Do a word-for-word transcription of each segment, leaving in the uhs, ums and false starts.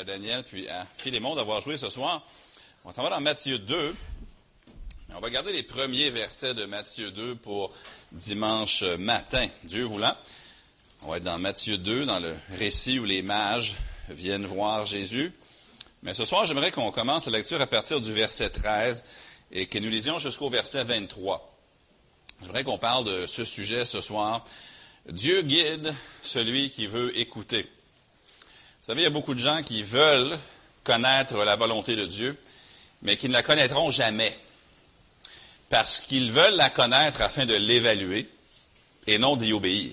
à Daniel puis à Philémon d'avoir joué ce soir. On va dans Matthieu deux. On va regarder les premiers versets de Matthieu deux pour dimanche matin, Dieu voulant. On va être dans Matthieu deux, dans le récit où les mages viennent voir Jésus. Mais ce soir, j'aimerais qu'on commence la lecture à partir du verset treize et que nous lisions jusqu'au verset vingt-trois. J'aimerais qu'on parle de ce sujet ce soir. Dieu guide celui qui veut écouter. Vous savez, il y a beaucoup de gens qui veulent connaître la volonté de Dieu, mais qui ne la connaîtront jamais. Parce qu'ils veulent la connaître afin de l'évaluer et non d'y obéir.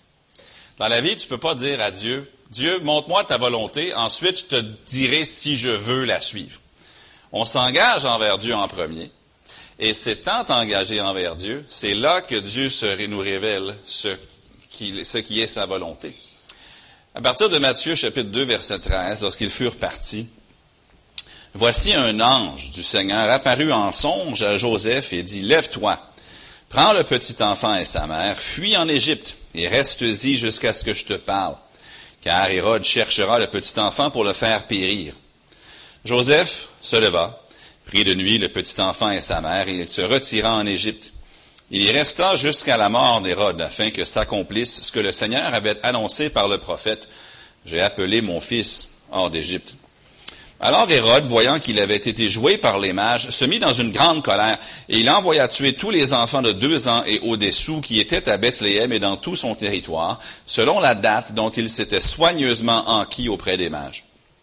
Dans la vie, tu ne peux pas dire à Dieu, « Dieu, montre-moi ta volonté, ensuite je te dirai si je veux la suivre. » On s'engage envers Dieu en premier, et c'est tant engagé envers Dieu, c'est là que Dieu se, nous révèle ce qui, ce qui est sa volonté. À partir de Matthieu chapitre deux, verset treize, lorsqu'ils furent partis, « Voici un ange du Seigneur apparut en songe à Joseph et dit, « Lève-toi, prends le petit enfant et sa mère, fuis en Égypte, et reste-y jusqu'à ce que je te parle, car Hérode cherchera le petit enfant pour le faire périr. » Joseph se leva, prit de nuit le petit enfant et sa mère, et il se retira en Égypte. Il y resta jusqu'à la mort d'Hérode, afin que s'accomplisse ce que le Seigneur avait annoncé par le prophète. « J'ai appelé mon fils hors d'Égypte. » Alors Hérode, voyant qu'il avait été joué par les mages, se mit dans une grande colère, et il envoya tuer tous les enfants de deux ans et au-dessous qui étaient à Bethléem et dans tout son territoire, selon la date dont il s'était soigneusement enquis auprès des mages.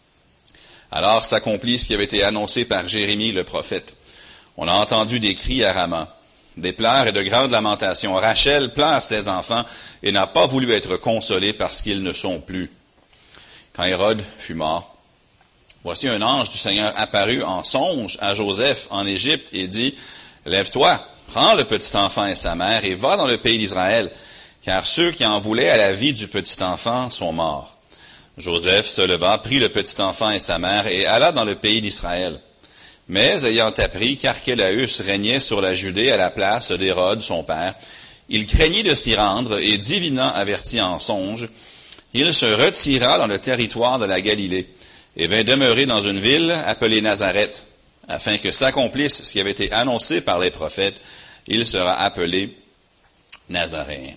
Alors s'accomplit ce qui avait été annoncé par Jérémie le prophète. On a entendu des cris à Rama, des pleurs et de grandes lamentations. Rachel pleure ses enfants et n'a pas voulu être consolée parce qu'ils ne sont plus. Quand Hérode fut mort, voici un ange du Seigneur apparut en songe à Joseph en Égypte et dit, « Lève-toi, prends le petit enfant et sa mère et va dans le pays d'Israël, car ceux qui en voulaient à la vie du petit enfant sont morts. » Joseph se leva, prit le petit enfant et sa mère et alla dans le pays d'Israël. Mais ayant appris qu'Archélaüs régnait sur la Judée à la place d'Hérode, son père, il craignit de s'y rendre et divinant averti en songe, il se retira dans le territoire de la Galilée et vint demeurer dans une ville appelée Nazareth, afin que s'accomplisse ce qui avait été annoncé par les prophètes, il sera appelé Nazaréen.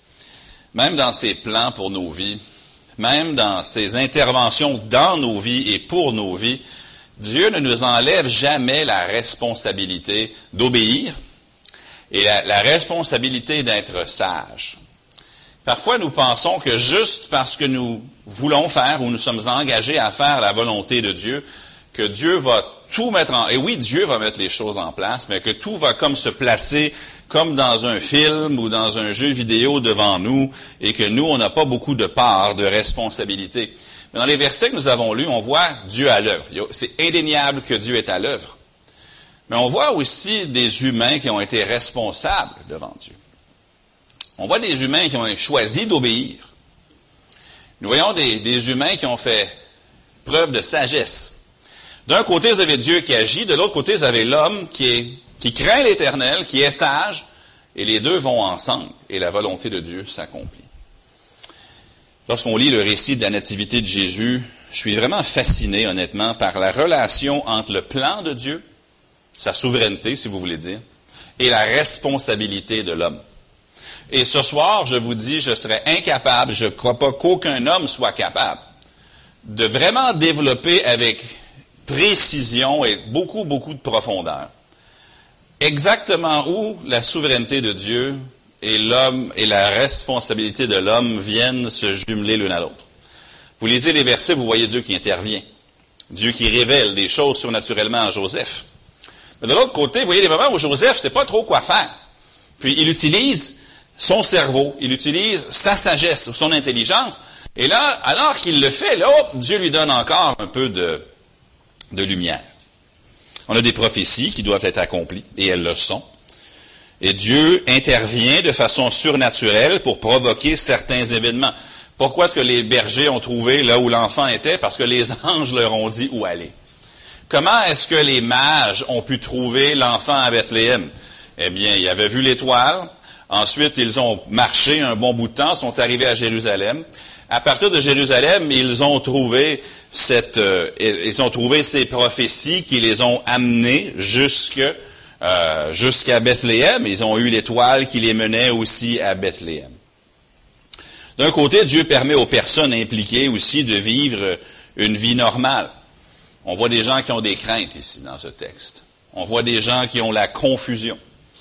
Même dans ses plans pour nos vies, même dans ses interventions dans nos vies et pour nos vies, Dieu ne nous enlève jamais la responsabilité d'obéir et la, la responsabilité d'être sage. Parfois, nous pensons que juste parce que nous voulons faire ou nous sommes engagés à faire la volonté de Dieu, que Dieu va tout mettre en... Et oui, Dieu va mettre les choses en place, mais que tout va comme se placer comme dans un film ou dans un jeu vidéo devant nous et que nous, on n'a pas beaucoup de part, de responsabilité. Mais dans les versets que nous avons lus, on voit Dieu à l'œuvre. C'est indéniable que Dieu est à l'œuvre. Mais on voit aussi des humains qui ont été responsables devant Dieu. On voit des humains qui ont choisi d'obéir. Nous voyons des, des humains qui ont fait preuve de sagesse. D'un côté, vous avez Dieu qui agit, de l'autre côté, vous avez l'homme qui, est, qui craint l'Éternel, qui est sage, et les deux vont ensemble, et la volonté de Dieu s'accomplit. Lorsqu'on lit le récit de la nativité de Jésus, je suis vraiment fasciné, honnêtement, par la relation entre le plan de Dieu, sa souveraineté, si vous voulez dire, et la responsabilité de l'homme. Et ce soir, je vous dis, je serais incapable, je ne crois pas qu'aucun homme soit capable de vraiment développer avec précision et beaucoup, beaucoup de profondeur exactement où la souveraineté de Dieu et l'homme et la responsabilité de l'homme viennent se jumeler l'une à l'autre. Vous lisez les versets, vous voyez Dieu qui intervient, Dieu qui révèle des choses surnaturellement à Joseph. Mais de l'autre côté, vous voyez les moments où Joseph ne sait pas trop quoi faire. Puis il utilise son cerveau, il utilise sa sagesse ou son intelligence, et là, alors qu'il le fait, là, hop, Dieu lui donne encore un peu de, de lumière. On a des prophéties qui doivent être accomplies, et elles le sont. Et Dieu intervient de façon surnaturelle pour provoquer certains événements. Pourquoi est-ce que les bergers ont trouvé là où l'enfant était? Parce que les anges leur ont dit où aller. Comment est-ce que les mages ont pu trouver l'enfant à Bethléem? Eh bien, ils avaient vu l'étoile. Ensuite, ils ont marché un bon bout de temps, sont arrivés à Jérusalem. À partir de Jérusalem, ils ont trouvé cette, euh, ils ont trouvé ces prophéties qui les ont amenés jusque, euh, jusqu'à Bethléem. Ils ont eu l'étoile qui les menait aussi à Bethléem. D'un côté, Dieu permet aux personnes impliquées aussi de vivre une vie normale. On voit des gens qui ont des craintes ici dans ce texte. On voit des gens qui ont la confusion.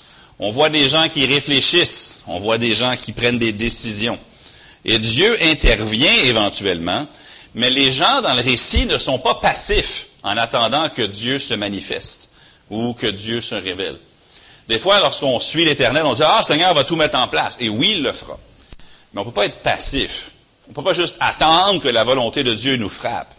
On voit des gens qui réfléchissent. On voit des gens qui prennent des décisions. Et Dieu intervient éventuellement, mais les gens dans le récit ne sont pas passifs en attendant que Dieu se manifeste ou que Dieu se révèle. Des fois, lorsqu'on suit l'Éternel, on dit « Ah, Seigneur va tout mettre en place. » Et oui, il le fera. Mais on ne peut pas être passif. On ne peut pas juste attendre que la volonté de Dieu nous frappe.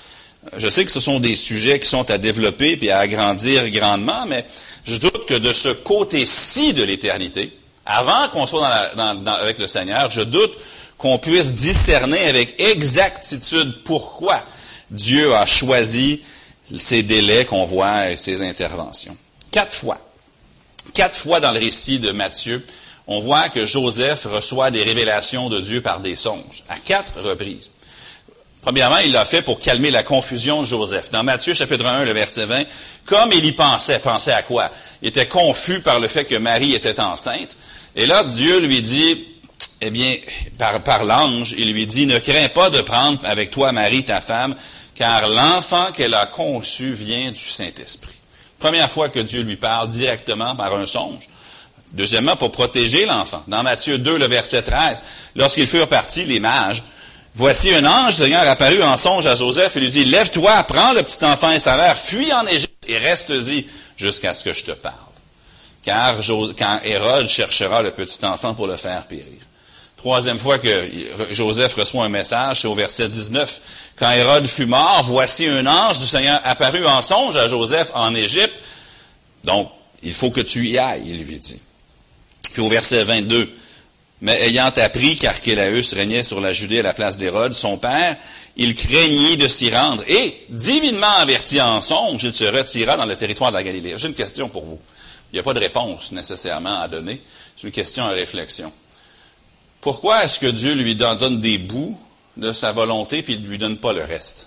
Je sais que ce sont des sujets qui sont à développer et à agrandir grandement, mais je doute que de ce côté-ci de l'éternité, avant qu'on soit dans la, dans, dans, avec le Seigneur, je doute qu'on puisse discerner avec exactitude pourquoi Dieu a choisi ces délais qu'on voit et ces interventions. Quatre fois. Quatre fois dans le récit de Matthieu, on voit que Joseph reçoit des révélations de Dieu par des songes, à quatre reprises. Premièrement, il l'a fait pour calmer la confusion de Joseph. Dans Matthieu, chapitre un, le verset vingt, comme il y pensait, pensait à quoi? Il était confus par le fait que Marie était enceinte. Et là, Dieu lui dit, eh bien, par, par l'ange, il lui dit, ne crains pas de prendre avec toi Marie, ta femme, car l'enfant qu'elle a conçu vient du Saint-Esprit. Première fois que Dieu lui parle directement par un songe. Deuxièmement, pour protéger l'enfant. Dans Matthieu deux, le verset treize, lorsqu'ils furent partis, les mages, voici un ange, Seigneur, apparu en songe à Joseph et lui dit, lève-toi, prends le petit enfant et sa mère, fuis en Égypte et reste-y jusqu'à ce que je te parle. Car quand Hérode cherchera le petit enfant pour le faire périr. Troisième fois que Joseph reçoit un message, c'est au verset dix-neuf. Quand Hérode fut mort, voici un ange du Seigneur apparu en songe à Joseph en Égypte. Donc, il faut que tu y ailles, il lui dit. Puis au verset vingt-deux, mais ayant appris qu'Archélaüs régnait sur la Judée à la place d'Hérode, son père, il craignit de s'y rendre. Et, divinement averti en songe, il se retira dans le territoire de la Galilée. J'ai une question pour vous. Il n'y a pas de réponse nécessairement à donner. C'est une question à réflexion. Pourquoi est-ce que Dieu lui donne des bouts de sa volonté puis il ne lui donne pas le reste?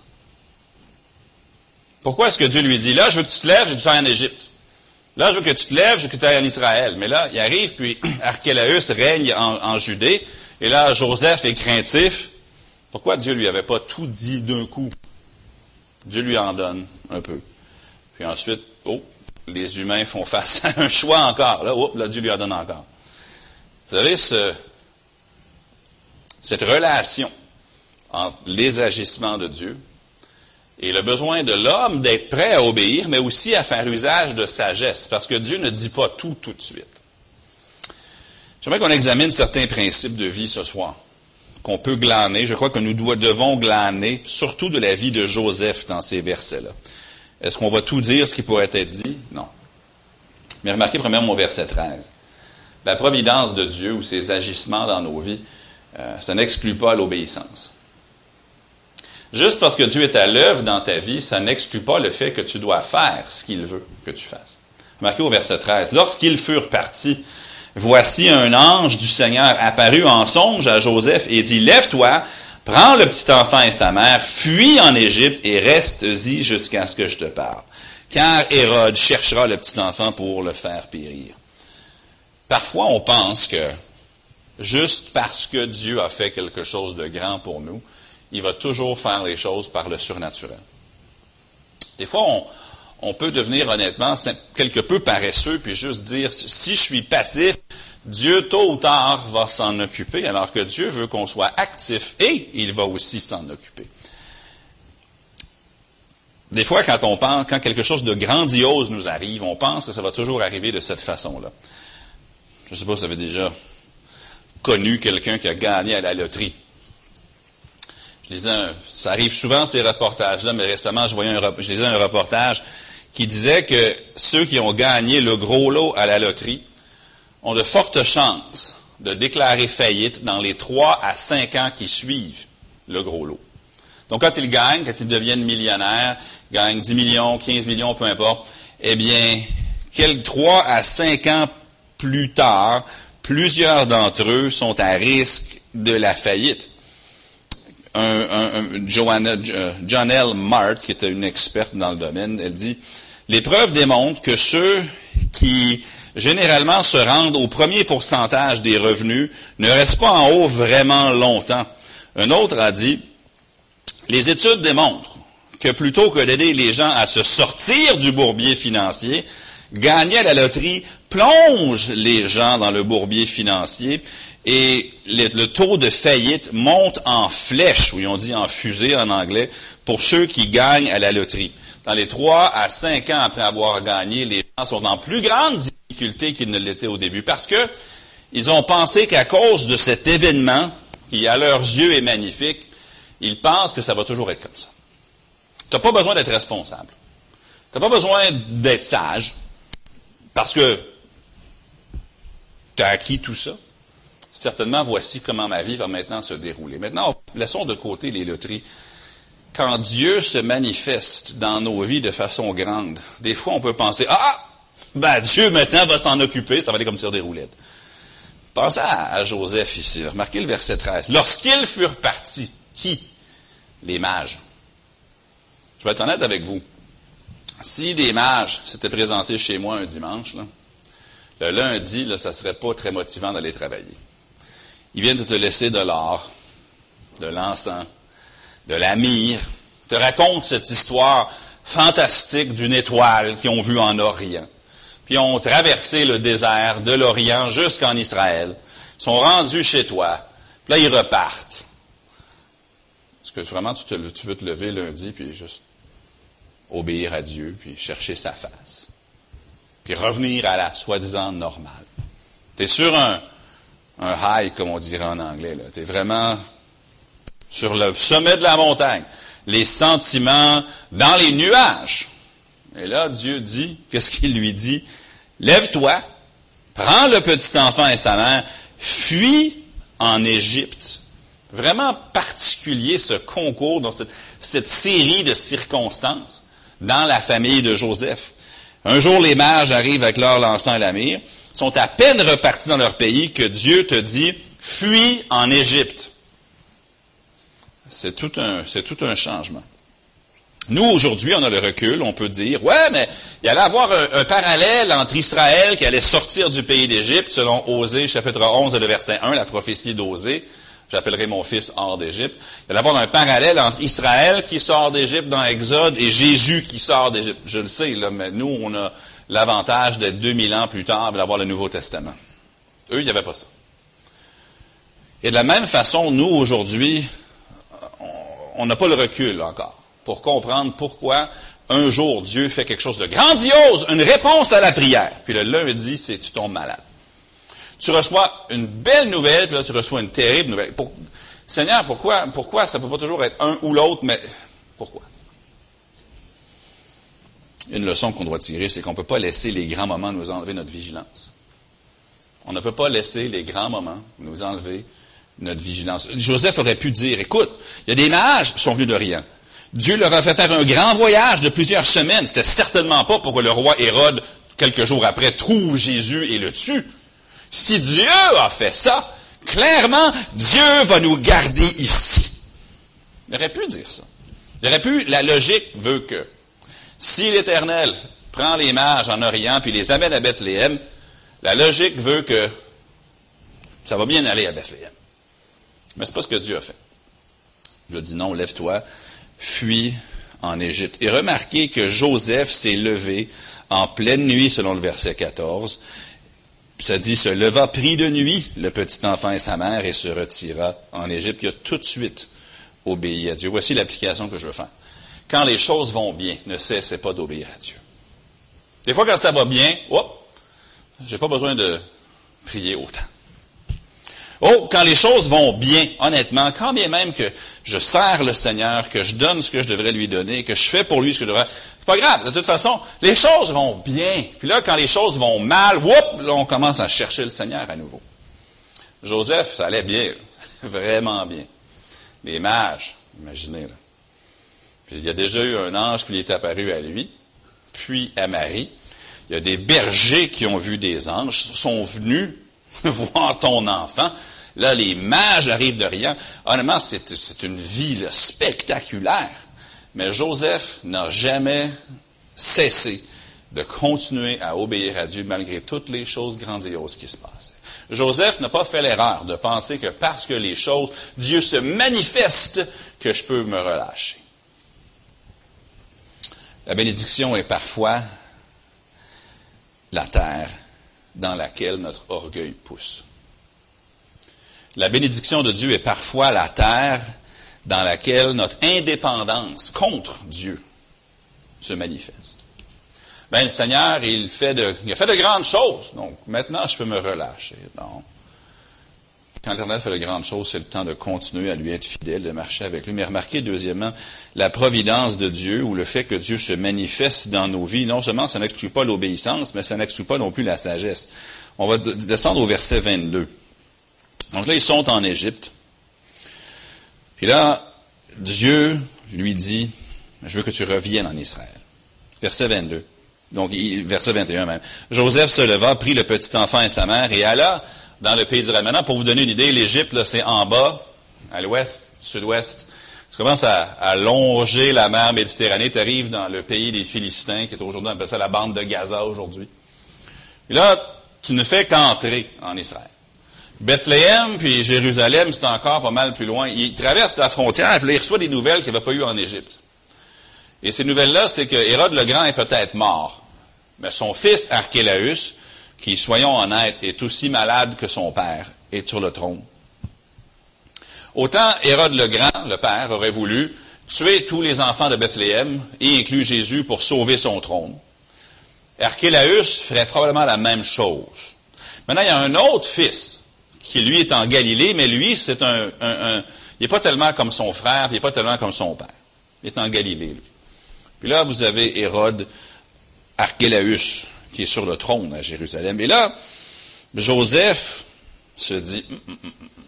Pourquoi est-ce que Dieu lui dit, là, je veux que tu te lèves, je veux que tu ailles en Égypte. Là, je veux que tu te lèves, je veux que tu ailles en Israël. Mais là, il arrive, puis Archélaüs règne en, en Judée. Et là, Joseph est craintif. Pourquoi Dieu lui avait pas tout dit d'un coup? Dieu lui en donne un peu. Puis ensuite, oh, les humains font face à un choix encore. Là, oh, là, Dieu lui en donne encore. Vous savez, ce, cette relation entre les agissements de Dieu et le besoin de l'homme d'être prêt à obéir, mais aussi à faire usage de sagesse, parce que Dieu ne dit pas tout tout de suite. J'aimerais qu'on examine certains principes de vie ce soir, qu'on peut glaner. Je crois que nous devons glaner, surtout de la vie de Joseph dans ces versets-là. Est-ce qu'on va tout dire ce qui pourrait être dit? Non. Mais remarquez premièrement au verset treize. La providence de Dieu ou ses agissements dans nos vies, euh, ça n'exclut pas l'obéissance. Juste parce que Dieu est à l'œuvre dans ta vie, ça n'exclut pas le fait que tu dois faire ce qu'il veut que tu fasses. Remarquez au verset treize. Lorsqu'ils furent partis, voici un ange du Seigneur apparu en songe à Joseph et dit, lève-toi, prends le petit enfant et sa mère, fuis en Égypte et reste-y jusqu'à ce que je te parle. Car Hérode cherchera le petit enfant pour le faire périr. Parfois, on pense que juste parce que Dieu a fait quelque chose de grand pour nous, il va toujours faire les choses par le surnaturel. Des fois, on, on peut devenir honnêtement quelque peu paresseux puis juste dire, si je suis passif, Dieu tôt ou tard va s'en occuper, alors que Dieu veut qu'on soit actif et il va aussi s'en occuper. Des fois, quand on pense, quand quelque chose de grandiose nous arrive, on pense que ça va toujours arriver de cette façon-là. Je ne sais pas si vous avez déjà connu quelqu'un qui a gagné à la loterie. Je lisais un, ça arrive souvent ces reportages-là, mais récemment, je voyais un, je lisais un reportage qui disait que ceux qui ont gagné le gros lot à la loterie ont de fortes chances de déclarer faillite dans les trois à cinq ans qui suivent le gros lot. Donc, quand ils gagnent, quand ils deviennent millionnaires, gagnent dix millions, quinze millions, peu importe, eh bien, quelques trois à cinq ans plus tard, plusieurs d'entre eux sont à risque de la faillite. un, un, un Joanna, John L. Mart, qui était une experte dans le domaine, elle dit « Les preuves démontrent que ceux qui généralement se rendent au premier pourcentage des revenus ne restent pas en haut vraiment longtemps. » Un autre a dit « Les études démontrent que plutôt que d'aider les gens à se sortir du bourbier financier, gagner à la loterie plonge les gens dans le bourbier financier et le, le taux de faillite monte en flèche, ou ils ont dit en fusée en anglais, pour ceux qui gagnent à la loterie. Dans les trois à cinq ans après avoir gagné, les gens sont en plus grande difficulté qu'ils ne l'étaient au début, parce que ils ont pensé qu'à cause de cet événement, qui à leurs yeux est magnifique, ils pensent que ça va toujours être comme ça. Tu n'as pas besoin d'être responsable. Tu n'as pas besoin d'être sage, parce que tu as acquis tout ça. Certainement, voici comment ma vie va maintenant se dérouler. Maintenant, laissons de côté les loteries. Quand Dieu se manifeste dans nos vies de façon grande, des fois on peut penser, ah, ben Dieu maintenant va s'en occuper, ça va aller comme sur des roulettes. Pensez à, à Joseph ici, remarquez le verset treize. Lorsqu'ils furent partis, qui? Les mages. Je vais être honnête avec vous. Si des mages s'étaient présentés chez moi un dimanche, là, le lundi, là, ça ne serait pas très motivant d'aller travailler. Ils viennent de te laisser de l'or, de l'encens, de la myrrhe, te racontent cette histoire fantastique d'une étoile qu'ils ont vue en Orient. Puis ils ont traversé le désert de l'Orient jusqu'en Israël. Ils sont rendus chez toi. Puis là, ils repartent. Est-ce que vraiment tu, te, tu veux te lever lundi puis juste obéir à Dieu, puis chercher sa face? Puis revenir à la soi-disant normale. Tu es sur un, un high, comme on dirait en anglais. Tu es vraiment sur le sommet de la montagne. Les sentiments dans les nuages. Et là, Dieu dit, qu'est-ce qu'il lui dit? Lève-toi, prends le petit enfant et sa mère, fuis en Égypte. Vraiment particulier ce concours, dans cette, cette série de circonstances dans la famille de Joseph. Un jour, les mages arrivent avec leur l'encens et la myrrhe, sont à peine repartis dans leur pays que Dieu te dit, fuis en Égypte. C'est tout un, c'est tout un changement. Nous, aujourd'hui, on a le recul, on peut dire, ouais, mais il allait avoir un, un parallèle entre Israël qui allait sortir du pays d'Égypte, selon Osée, chapitre onze, le verset un, la prophétie d'Osée. J'appellerai mon fils hors d'Égypte. Il allait avoir un parallèle entre Israël qui sort d'Égypte dans Exode et Jésus qui sort d'Égypte. Je le sais, là, mais nous, on a l'avantage d'être deux mille ans plus tard et d'avoir le Nouveau Testament. Eux, il n'y avait pas ça. Et de la même façon, nous, aujourd'hui, on n'a pas le recul encore pour comprendre pourquoi un jour Dieu fait quelque chose de grandiose, une réponse à la prière. Puis le lundi, c'est tu tombes malade. Tu reçois une belle nouvelle, puis là tu reçois une terrible nouvelle. Pour, Seigneur, pourquoi, pourquoi ça ne peut pas toujours être un ou l'autre, mais pourquoi? Une leçon qu'on doit tirer, c'est qu'on ne peut pas laisser les grands moments nous enlever notre vigilance. On ne peut pas laisser les grands moments nous enlever notre vigilance. Joseph aurait pu dire, écoute, il y a des mages qui sont venus d'Orient. Dieu leur a fait faire un grand voyage de plusieurs semaines. C'était certainement pas pour que le roi Hérode, quelques jours après, trouve Jésus et le tue. Si Dieu a fait ça, clairement, Dieu va nous garder ici. Il aurait pu dire ça. Il aurait pu, la logique veut que, si l'Éternel prend les mages en Orient puis les amène à Bethléem, la logique veut que ça va bien aller à Bethléem. Mais ce n'est pas ce que Dieu a fait. Il a dit non, lève-toi, fuis en Égypte. Et remarquez que Joseph s'est levé en pleine nuit, selon le verset quatorze. Ça dit, se leva, prit de nuit le petit enfant et sa mère et se retira en Égypte. Il a tout de suite obéi à Dieu. Voici l'application que je veux faire. Quand les choses vont bien, ne cessez pas d'obéir à Dieu. Des fois, quand ça va bien, hop, j'ai pas besoin de prier autant. Oh, quand les choses vont bien, honnêtement, quand bien même que je sers le Seigneur, que je donne ce que je devrais lui donner, que je fais pour lui ce que je devrais... C'est pas grave, de toute façon, les choses vont bien. Puis là, quand les choses vont mal, whoop, là, on commence à chercher le Seigneur à nouveau. Joseph, ça allait bien, vraiment bien. Les mages, imaginez, là. Puis il y a déjà eu un ange qui lui est apparu à lui, puis à Marie. Il y a des bergers qui ont vu des anges, sont venus voir ton enfant. Là, les mages arrivent d'Orient. Honnêtement, c'est, c'est une vie là, spectaculaire. Mais Joseph n'a jamais cessé de continuer à obéir à Dieu malgré toutes les choses grandioses qui se passaient. Joseph n'a pas fait l'erreur de penser que parce que les choses, Dieu se manifeste, que je peux me relâcher. La bénédiction est parfois la terre dans laquelle notre orgueil pousse. La bénédiction de Dieu est parfois la terre dans laquelle notre indépendance contre Dieu se manifeste. Ben, le Seigneur, il, fait de, il a fait de grandes choses, donc maintenant je peux me relâcher. Non. Quand l'Éternel fait de grandes choses, c'est le temps de continuer à lui être fidèle, de marcher avec lui. Mais remarquez, deuxièmement, la providence de Dieu, ou le fait que Dieu se manifeste dans nos vies, non seulement ça n'exclut pas l'obéissance, mais ça n'exclut pas non plus la sagesse. On va descendre au verset vingt-deux. Donc là, ils sont en Égypte. Puis là, Dieu lui dit, je veux que tu reviennes en Israël. Verset vingt-deux. Donc, verset vingt et un même. Joseph se leva, prit le petit enfant et sa mère, et alla dans le pays d'Israël. Maintenant, pour vous donner une idée, l'Égypte, là, c'est en bas, à l'ouest, sud-ouest. Tu commences à, à longer la mer Méditerranée, tu arrives dans le pays des Philistins, qui est aujourd'hui, on appelle ça la bande de Gaza aujourd'hui. Et là, tu ne fais qu'entrer en Israël. Bethléem puis Jérusalem, c'est encore pas mal plus loin. Il traverse la frontière, puis là, il reçoit des nouvelles qu'il n'y avait pas eu en Égypte. Et ces nouvelles-là, c'est que Hérode le Grand est peut-être mort. Mais son fils, Archélaüs, qui, soyons honnêtes, est aussi malade que son père, est sur le trône. Autant Hérode le Grand, le père, aurait voulu tuer tous les enfants de Bethléem, y inclus Jésus, pour sauver son trône. Archélaüs ferait probablement la même chose. Maintenant, il y a un autre fils, qui lui est en Galilée, mais lui, c'est un... un, un il n'est pas tellement comme son frère, puis il n'est pas tellement comme son père. Il est en Galilée, lui. Puis là, vous avez Hérode Archélaüs, qui est sur le trône à Jérusalem. Et là, Joseph se dit, hum, hum, hum, hum.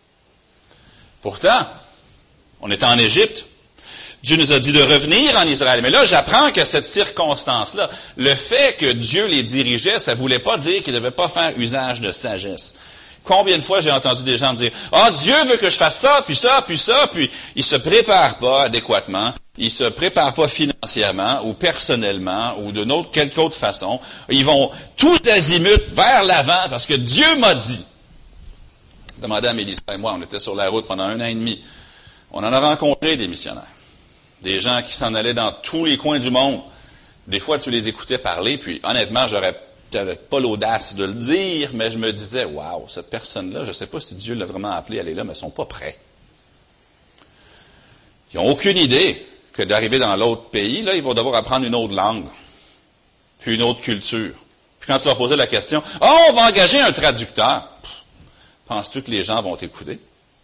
Pourtant, on est en Égypte. Dieu nous a dit de revenir en Israël. Mais là, j'apprends que cette circonstance-là, le fait que Dieu les dirigeait, ça ne voulait pas dire qu'ils ne devaient pas faire usage de sagesse. Combien de fois j'ai entendu des gens me dire « Ah, oh, Dieu veut que je fasse ça, puis ça, puis ça, puis ils ne se préparent pas adéquatement, ils ne se préparent pas financièrement ou personnellement ou d'une autre, quelque autre façon. Ils vont tout azimut vers l'avant parce que Dieu m'a dit. » Demandez à Mélissa et moi, on était sur la route pendant un an et demi. On en a rencontré des missionnaires. Des gens qui s'en allaient dans tous les coins du monde. Des fois, tu les écoutais parler, puis honnêtement, j'aurais n'avais pas l'audace de le dire, mais je me disais, waouh, cette personne-là, je ne sais pas si Dieu l'a vraiment appelée à aller là, mais ils ne sont pas prêts. Ils n'ont aucune idée que d'arriver dans l'autre pays, là, ils vont devoir apprendre une autre langue, puis une autre culture. Puis quand tu leur posais la question, « Oh, on va engager un traducteur. » Penses-tu que les gens vont t'écouter?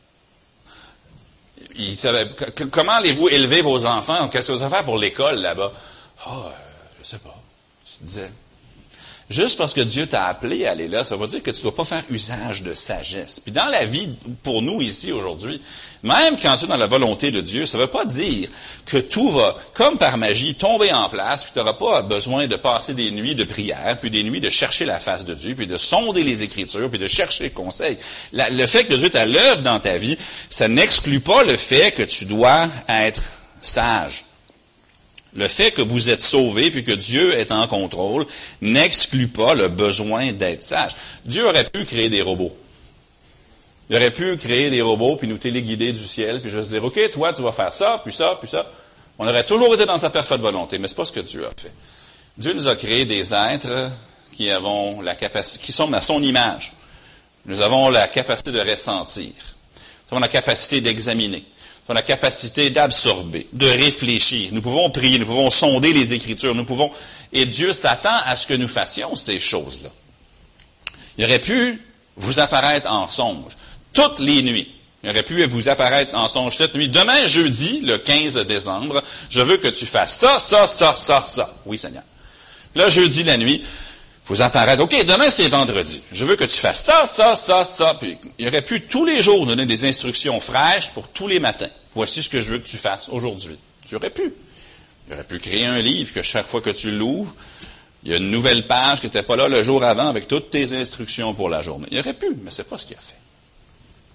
Ils savaient, comment allez-vous élever vos enfants? Qu'est-ce que vous allez faire pour l'école là-bas? Ah, oh, je ne sais pas. Tu disais. Juste parce que Dieu t'a appelé à aller là, ça veut dire que tu ne dois pas faire usage de sagesse. Puis dans la vie, pour nous ici aujourd'hui, même quand tu es dans la volonté de Dieu, ça ne veut pas dire que tout va, comme par magie, tomber en place, puis tu n'auras pas besoin de passer des nuits de prière, puis des nuits de chercher la face de Dieu, puis de sonder les Écritures, puis de chercher conseil. La, le fait que Dieu t'a l'œuvre dans ta vie, ça n'exclut pas le fait que tu dois être sage. Le fait que vous êtes sauvés puis que Dieu est en contrôle n'exclut pas le besoin d'être sage. Dieu aurait pu créer des robots. Il aurait pu créer des robots puis nous téléguider du ciel puis juste dire, OK, toi, tu vas faire ça, puis ça, puis ça. On aurait toujours été dans sa parfaite volonté, mais ce n'est pas ce que Dieu a fait. Dieu nous a créé des êtres qui, avons la capacité, qui sont à son image. Nous avons la capacité de ressentir. Nous avons la capacité d'examiner. Nous avons la capacité d'absorber, de réfléchir. Nous pouvons prier, nous pouvons sonder les Écritures, nous pouvons... Et Dieu s'attend à ce que nous fassions ces choses-là. Il aurait pu vous apparaître en songe toutes les nuits. Il aurait pu vous apparaître en songe cette nuit. Demain, jeudi, le quinze décembre, je veux que tu fasses ça, ça, ça, ça, ça. Oui, Seigneur. Là, jeudi, la nuit, vous apparaître. OK, demain, c'est vendredi. Je veux que tu fasses ça, ça, ça, ça. Puis, il aurait pu tous les jours donner des instructions fraîches pour tous les matins. Voici ce que je veux que tu fasses aujourd'hui. Tu aurais pu. Il aurait pu créer un livre que chaque fois que tu l'ouvres, il y a une nouvelle page qui n'était pas là le jour avant avec toutes tes instructions pour la journée. Il aurait pu, mais ce n'est pas ce qu'il a fait.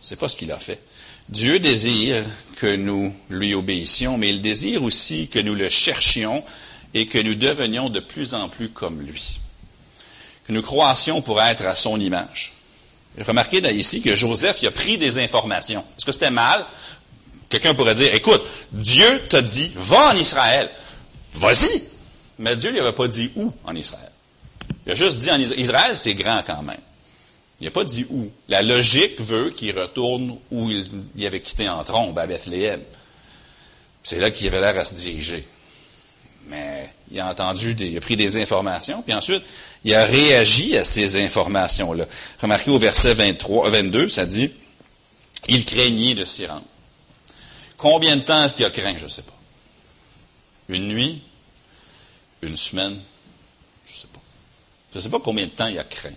C'est pas ce qu'il a fait. Dieu désire que nous lui obéissions, mais il désire aussi que nous le cherchions et que nous devenions de plus en plus comme lui. Que nous croissions pour être à son image. Remarquez ici que Joseph il a pris des informations. Est-ce que c'était mal? Quelqu'un pourrait dire, écoute, Dieu t'a dit, va en Israël. Vas-y! Mais Dieu ne lui avait pas dit où en Israël. Il a juste dit en Israël. Israël, c'est grand quand même. Il n'a pas dit où. La logique veut qu'il retourne où il, il avait quitté en trombe, à Bethléem. C'est là qu'il avait l'air à se diriger. Mais il a entendu, des, il a pris des informations, puis ensuite, il a réagi à ces informations-là. Remarquez au verset vingt-trois, vingt-deux, ça dit, « Il craignait de s'y rendre. » Combien de temps est-ce qu'il a craint? Je ne sais pas. Une nuit? Une semaine? Je ne sais pas. Je ne sais pas combien de temps il a craint.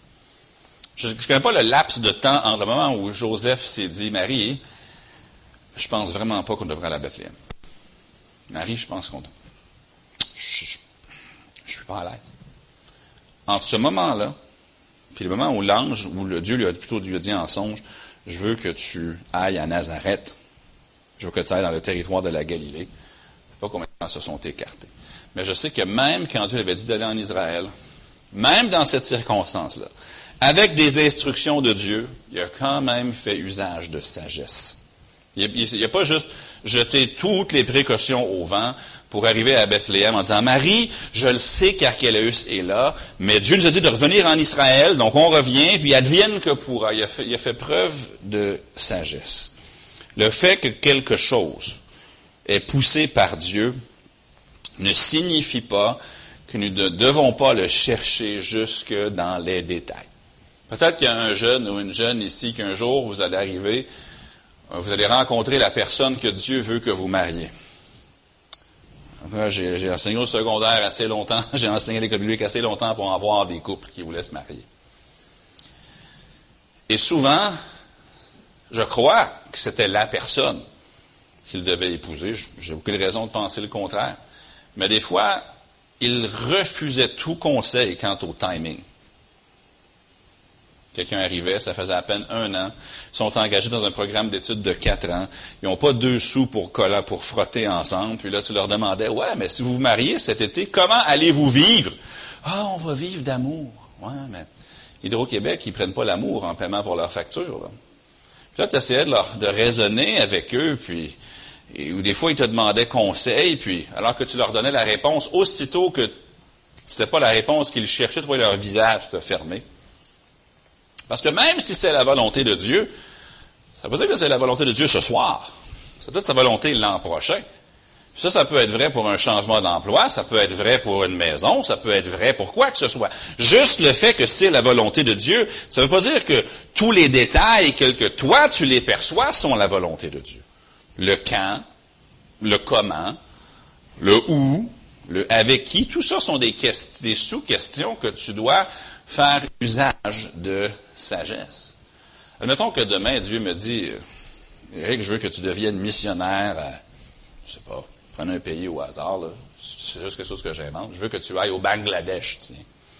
Je ne connais pas le laps de temps entre le moment où Joseph s'est dit, Marie, je pense vraiment pas qu'on devrait aller à Bethléem. Marie, je pense qu'on... Je ne suis pas à l'aise. Entre ce moment-là, puis le moment où l'ange, où le Dieu lui a plutôt lui a dit en songe, je veux que tu ailles à Nazareth, je veux que tu ailles dans le territoire de la Galilée. Je ne sais pas combien de temps se sont écartés. Mais je sais que même quand Dieu avait dit d'aller en Israël, même dans cette circonstance-là, avec des instructions de Dieu, il a quand même fait usage de sagesse. Il n'a pas juste jeté toutes les précautions au vent pour arriver à Bethléem en disant, Marie, je le sais qu'Archélaüs est là, mais Dieu nous a dit de revenir en Israël, donc on revient, puis advienne que pourra. Il a fait, il a fait preuve de sagesse. Le fait que quelque chose est poussé par Dieu ne signifie pas que nous ne devons pas le chercher jusque dans les détails. Peut-être qu'il y a un jeune ou une jeune ici qu'un jour vous allez arriver, vous allez rencontrer la personne que Dieu veut que vous mariez. Moi, j'ai, j'ai enseigné au secondaire assez longtemps, j'ai enseigné à l'école biblique assez longtemps pour en voir des couples qui voulaient se marier. Et souvent, je crois que c'était la personne qu'il devait épouser. J'ai aucune raison de penser le contraire. Mais des fois, il refusait tout conseil quant au timing. Quelqu'un arrivait, ça faisait à peine un an, ils sont engagés dans un programme d'études de quatre ans, ils n'ont pas deux sous pour coller, pour frotter ensemble, puis là tu leur demandais, ouais, mais si vous vous mariez cet été, comment allez-vous vivre? Ah, on va vivre d'amour. Ouais, mais Hydro-Québec, ils ne prennent pas l'amour en paiement pour leur facture. Là. Puis là, tu essayais de, leur, de raisonner avec eux, puis et, ou des fois, ils te demandaient conseil, puis alors que tu leur donnais la réponse, aussitôt que c'était pas la réponse qu'ils cherchaient, tu voyais leur visage se fermer. Parce que même si c'est la volonté de Dieu, ça veut dire que c'est la volonté de Dieu ce soir. C'est peut-être sa volonté l'an prochain. Ça, ça peut être vrai pour un changement d'emploi, ça peut être vrai pour une maison, ça peut être vrai pour quoi que ce soit. Juste le fait que c'est la volonté de Dieu, ça ne veut pas dire que tous les détails, tels que toi tu les perçois, sont la volonté de Dieu. Le quand, le comment, le où, le avec qui, tout ça sont des, quest- des sous-questions que tu dois faire usage de sagesse. Admettons que demain, Dieu me dit, Éric, je veux que tu deviennes missionnaire à, je sais pas, prenez un pays au hasard, là. C'est juste quelque chose que j'invente. Je veux que tu ailles au Bangladesh, tiens.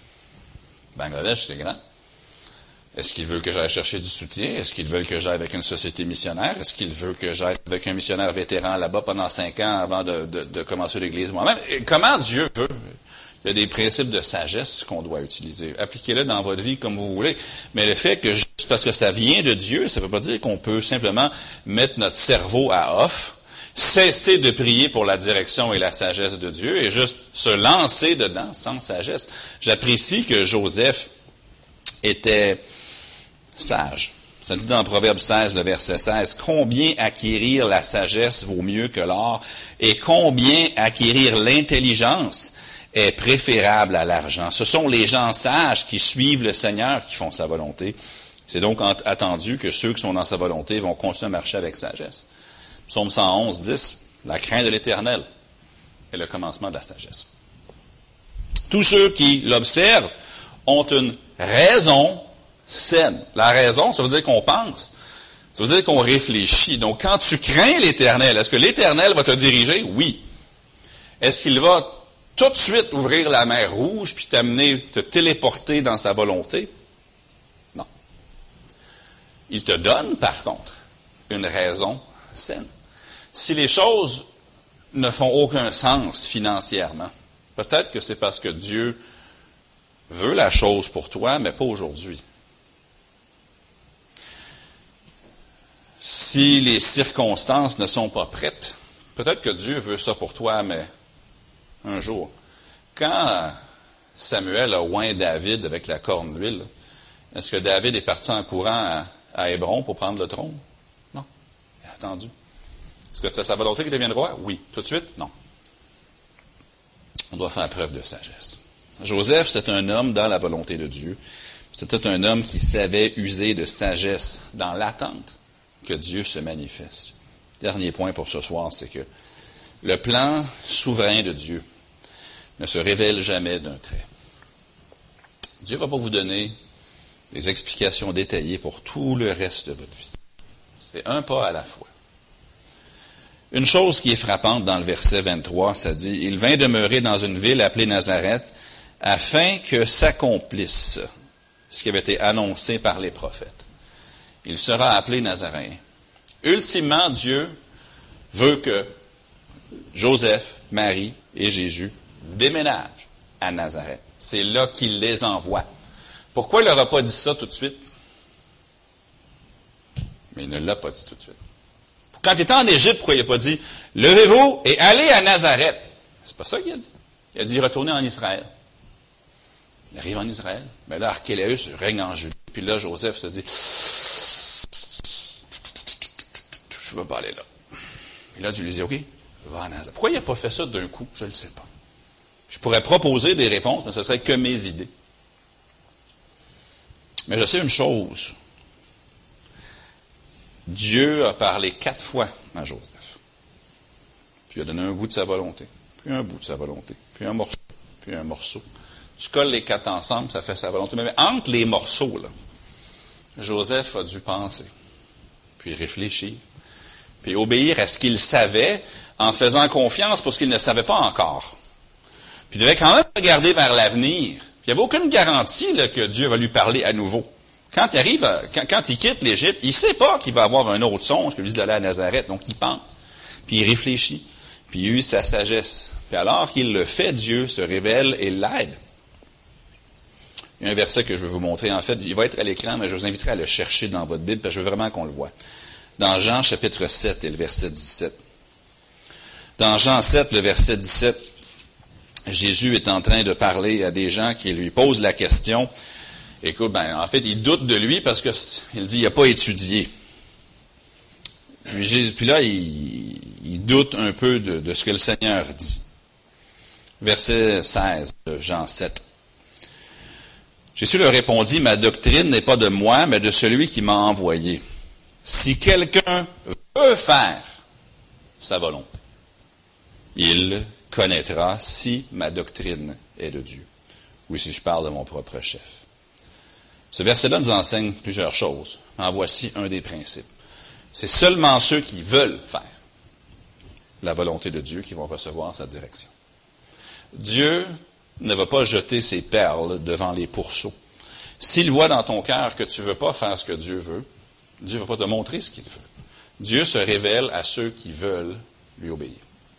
Bangladesh, c'est grand. Est-ce qu'il veut que j'aille chercher du soutien? Est-ce qu'il veut que j'aille avec une société missionnaire? Est-ce qu'il veut que j'aille avec un missionnaire vétéran là-bas pendant cinq ans avant de, de, de commencer l'Église moi-même? Et comment Dieu veut? Il y a des principes de sagesse qu'on doit utiliser. Appliquez-le dans votre vie comme vous voulez. Mais le fait que juste parce que ça vient de Dieu, ça ne veut pas dire qu'on peut simplement mettre notre cerveau à off, cesser de prier pour la direction et la sagesse de Dieu et juste se lancer dedans sans sagesse. J'apprécie que Joseph était sage. Ça dit dans Proverbe seize, le verset seize, « Combien acquérir la sagesse vaut mieux que l'or, et combien acquérir l'intelligence est préférable à l'argent. » Ce sont les gens sages qui suivent le Seigneur qui font sa volonté. C'est donc attendu que ceux qui sont dans sa volonté vont continuer à marcher avec sagesse. Psaume cent onze, dix, « La crainte de l'Éternel est le commencement de la sagesse. » Tous ceux qui l'observent ont une raison saine. La raison, ça veut dire qu'on pense. Ça veut dire qu'on réfléchit. Donc, quand tu crains l'Éternel, est-ce que l'Éternel va te diriger? Oui. Est-ce qu'il va tout de suite ouvrir la mer Rouge puis t'amener, te téléporter dans sa volonté? Non. Il te donne, par contre, une raison saine. Si les choses ne font aucun sens financièrement, peut-être que c'est parce que Dieu veut la chose pour toi, mais pas aujourd'hui. Si les circonstances ne sont pas prêtes, peut-être que Dieu veut ça pour toi, mais un jour. Quand Samuel a oint David avec la corne d'huile, est-ce que David est parti en courant à, à Hébron pour prendre le trône? Non. Il a attendu. Est-ce que c'était sa volonté qu'il devienne roi? Oui. Tout de suite? Non. On doit faire preuve de sagesse. Joseph, c'était un homme dans la volonté de Dieu. C'était un homme qui savait user de sagesse dans l'attente que Dieu se manifeste. Dernier point pour ce soir, c'est que le plan souverain de Dieu ne se révèle jamais d'un trait. Dieu ne va pas vous donner des explications détaillées pour tout le reste de votre vie. C'est un pas à la fois. Une chose qui est frappante dans le verset vingt-trois, ça dit « Il vint demeurer dans une ville appelée Nazareth, afin que s'accomplisse ce qui avait été annoncé par les prophètes. Il sera appelé Nazaréen. » Ultimement, Dieu veut que Joseph, Marie et Jésus déménagent à Nazareth. C'est là qu'il les envoie. Pourquoi il n'aura pas dit ça tout de suite? Mais il ne l'a pas dit tout de suite. Quand il était en Égypte, pourquoi il n'a pas dit « Levez-vous et allez à Nazareth » ? C'est pas ça qu'il a dit. Il a dit « Retournez en Israël ». Il arrive en Israël. Mais là, Archélaüs règne en Judée. Puis là, Joseph se dit « Je ne veux pas aller là ». Et là, Dieu lui dit « OK, va à Nazareth ». Pourquoi il n'a pas fait ça d'un coup? Je ne le sais pas. Je pourrais proposer des réponses, mais ce ne serait que mes idées. Mais je sais une chose. Dieu a parlé quatre fois à Joseph. Puis il a donné un bout de sa volonté, puis un bout de sa volonté, puis un morceau, puis un morceau. Tu colles les quatre ensemble, ça fait sa volonté. Mais entre les morceaux, là, Joseph a dû penser, puis réfléchir, puis obéir à ce qu'il savait en faisant confiance pour ce qu'il ne savait pas encore. Puis il devait quand même regarder vers l'avenir. Puis il n'y avait aucune garantie là, que Dieu va lui parler à nouveau. Quand il arrive, à, quand, quand il quitte l'Égypte, il ne sait pas qu'il va avoir un autre songe que lui dit d'aller à Nazareth. Donc il pense, puis il réfléchit, puis il use sa sagesse. Puis alors qu'il le fait, Dieu se révèle et l'aide. Il y a un verset que je vais vous montrer. En fait, il va être à l'écran, mais je vous inviterai à le chercher dans votre Bible, parce que je veux vraiment qu'on le voie. Dans Jean chapitre sept et le verset dix-sept. Dans Jean sept, le verset dix-sept, Jésus est en train de parler à des gens qui lui posent la question. Écoute, ben, en fait, ils doutent de lui parce qu'il dit qu'il n'a pas étudié. Puis, Jésus, puis là, il, il doute un peu de, de ce que le Seigneur dit. Verset seize de Jean sept. Jésus leur répondit, « Ma doctrine n'est pas de moi, mais de celui qui m'a envoyé. Si quelqu'un veut faire sa volonté, il connaîtra si ma doctrine est de Dieu, ou si je parle de mon propre chef. » Ce verset-là nous enseigne plusieurs choses. En voici un des principes. C'est seulement ceux qui veulent faire la volonté de Dieu qui vont recevoir sa direction. Dieu ne va pas jeter ses perles devant les pourceaux. S'il voit dans ton cœur que tu ne veux pas faire ce que Dieu veut, Dieu ne va pas te montrer ce qu'il veut. Dieu se révèle à ceux qui veulent lui obéir.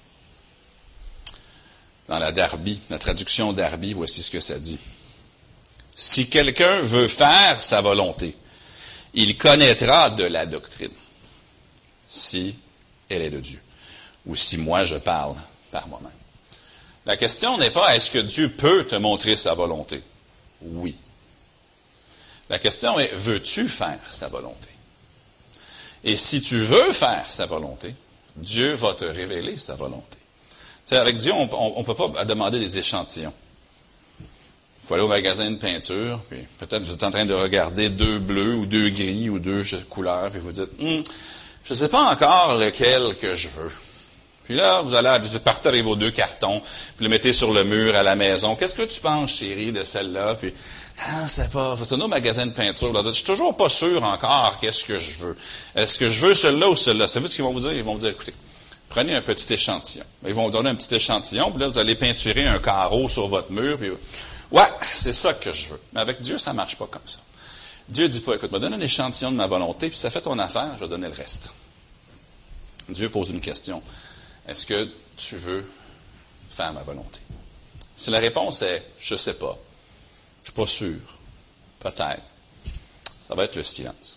Dans la Darby, la traduction Darby, voici ce que ça dit. Si quelqu'un veut faire sa volonté, il connaîtra de la doctrine, si elle est de Dieu, ou si moi je parle par moi-même. La question n'est pas est-ce que Dieu peut te montrer sa volonté? Oui. La question est, veux-tu faire sa volonté? Et si tu veux faire sa volonté, Dieu va te révéler sa volonté. Tu sais, avec Dieu, on ne peut pas demander des échantillons. Il faut aller au magasin de peinture, puis peut-être vous êtes en train de regarder deux bleus ou deux gris ou deux couleurs, puis vous dites, hm, je ne sais pas encore lequel que je veux. Puis là, vous allez vous partez avec vos deux cartons, puis le mettez sur le mur à la maison. Qu'est-ce que tu penses, chérie, de celle-là? Puis, ah, c'est pas, vous tournez au magasin de peinture, là, je suis toujours pas sûr encore qu'est-ce que je veux. Est-ce que je veux celle-là ou celle-là? Savez-vous ce qu'ils vont vous dire? Ils vont vous dire, écoutez, prenez un petit échantillon. Ils vont vous donner un petit échantillon, puis là, vous allez peinturer un carreau sur votre mur, puis ouais, c'est ça que je veux. Mais avec Dieu, ça ne marche pas comme ça. Dieu ne dit pas, écoute, me donne un échantillon de ma volonté, puis ça fait ton affaire, je vais donner le reste. Dieu pose une question. Est-ce que tu veux faire ma volonté? Si la réponse est, je ne sais pas, je ne suis pas sûr, peut-être, ça va être le silence.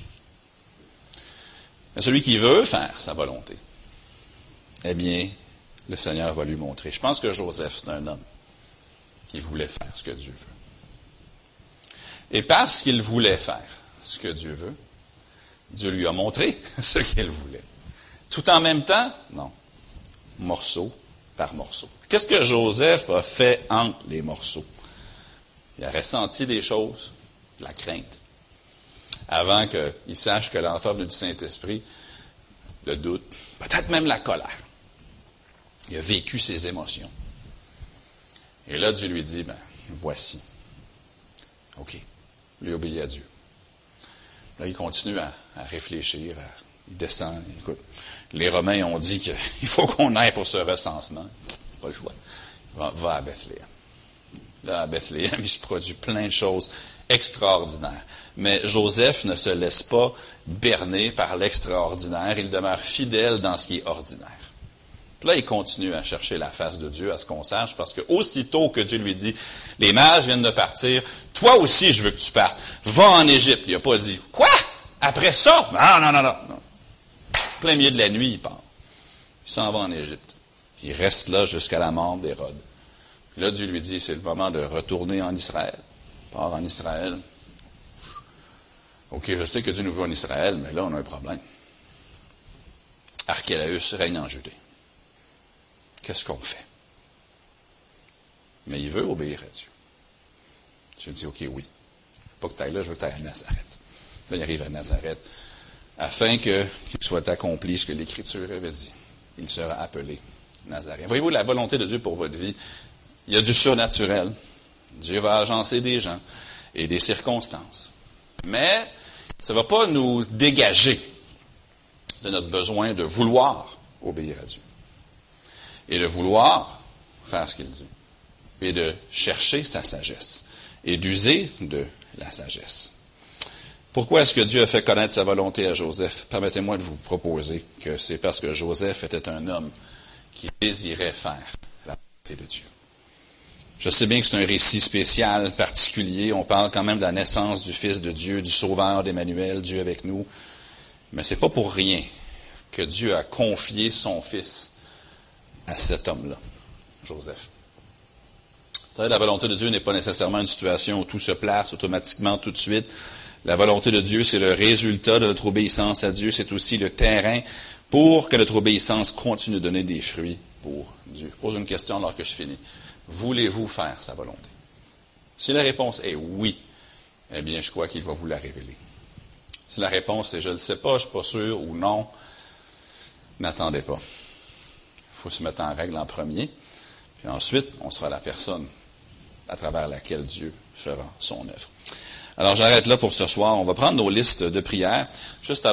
Mais celui qui veut faire sa volonté, eh bien, le Seigneur va lui montrer. Je pense que Joseph, c'est un homme qui voulait faire ce que Dieu veut. Et parce qu'il voulait faire ce que Dieu veut, Dieu lui a montré ce qu'il voulait. Tout en même temps, non. Morceau par morceau. Qu'est-ce que Joseph a fait entre les morceaux? Il a ressenti des choses, de la crainte, avant qu'il sache que l'enfant venu du Saint-Esprit, le doute, peut-être même la colère. Il a vécu ses émotions. Et là, Dieu lui dit, ben, voici. OK. Il obéit à Dieu. Là, il continue à, à réfléchir, à, il descend. Écoute, les Romains ont dit qu'il faut qu'on aille pour ce recensement. Pas le choix. Va, va à Bethléem. Là, à Bethléem, il se produit plein de choses extraordinaires. Mais Joseph ne se laisse pas berner par l'extraordinaire. Il demeure fidèle dans ce qui est ordinaire. Puis là, il continue à chercher la face de Dieu, à ce qu'on sache, parce que aussitôt que Dieu lui dit, les mages viennent de partir, toi aussi je veux que tu partes, va en Égypte. Il n'a pas dit, quoi? Après ça? Non, non, non, non. non. Plein milieu de la nuit, il part. Il s'en va en Égypte. Il reste là jusqu'à la mort d'Hérode. Puis là, Dieu lui dit, c'est le moment de retourner en Israël. Il part en Israël. OK, je sais que Dieu nous veut en Israël, mais là, on a un problème. Archélaüs règne en Judée. Qu'est-ce qu'on fait? Mais il veut obéir à Dieu. Dieu dit, OK, oui. Pas que tu ailles là, je veux que tu ailles à Nazareth. Là, il arrive à Nazareth, afin que, qu'il soit accompli ce que l'Écriture avait dit. Il sera appelé Nazareth. Voyez-vous, la volonté de Dieu pour votre vie, il y a du surnaturel. Dieu va agencer des gens et des circonstances. Mais ça ne va pas nous dégager de notre besoin de vouloir obéir à Dieu. Et de vouloir faire ce qu'il dit. Et de chercher sa sagesse. Et d'user de la sagesse. Pourquoi est-ce que Dieu a fait connaître sa volonté à Joseph? Permettez-moi de vous proposer que c'est parce que Joseph était un homme qui désirait faire la volonté de Dieu. Je sais bien que c'est un récit spécial, particulier. On parle quand même de la naissance du Fils de Dieu, du Sauveur d'Emmanuel, Dieu avec nous. Mais ce n'est pas pour rien que Dieu a confié son Fils à cet homme-là, Joseph. Vous savez, la volonté de Dieu n'est pas nécessairement une situation où tout se place automatiquement tout de suite. La volonté de Dieu, c'est le résultat de notre obéissance à Dieu. C'est aussi le terrain pour que notre obéissance continue de donner des fruits pour Dieu. Je pose une question alors que je finis. Voulez-vous faire sa volonté? Si la réponse est oui, eh bien, je crois qu'il va vous la révéler. Si la réponse est je ne le sais pas, je ne suis pas sûr ou non, n'attendez pas. Il faut se mettre en règle en premier, puis ensuite, on sera la personne à travers laquelle Dieu fera son œuvre. Alors, j'arrête là pour ce soir. On va prendre nos listes de prières. Juste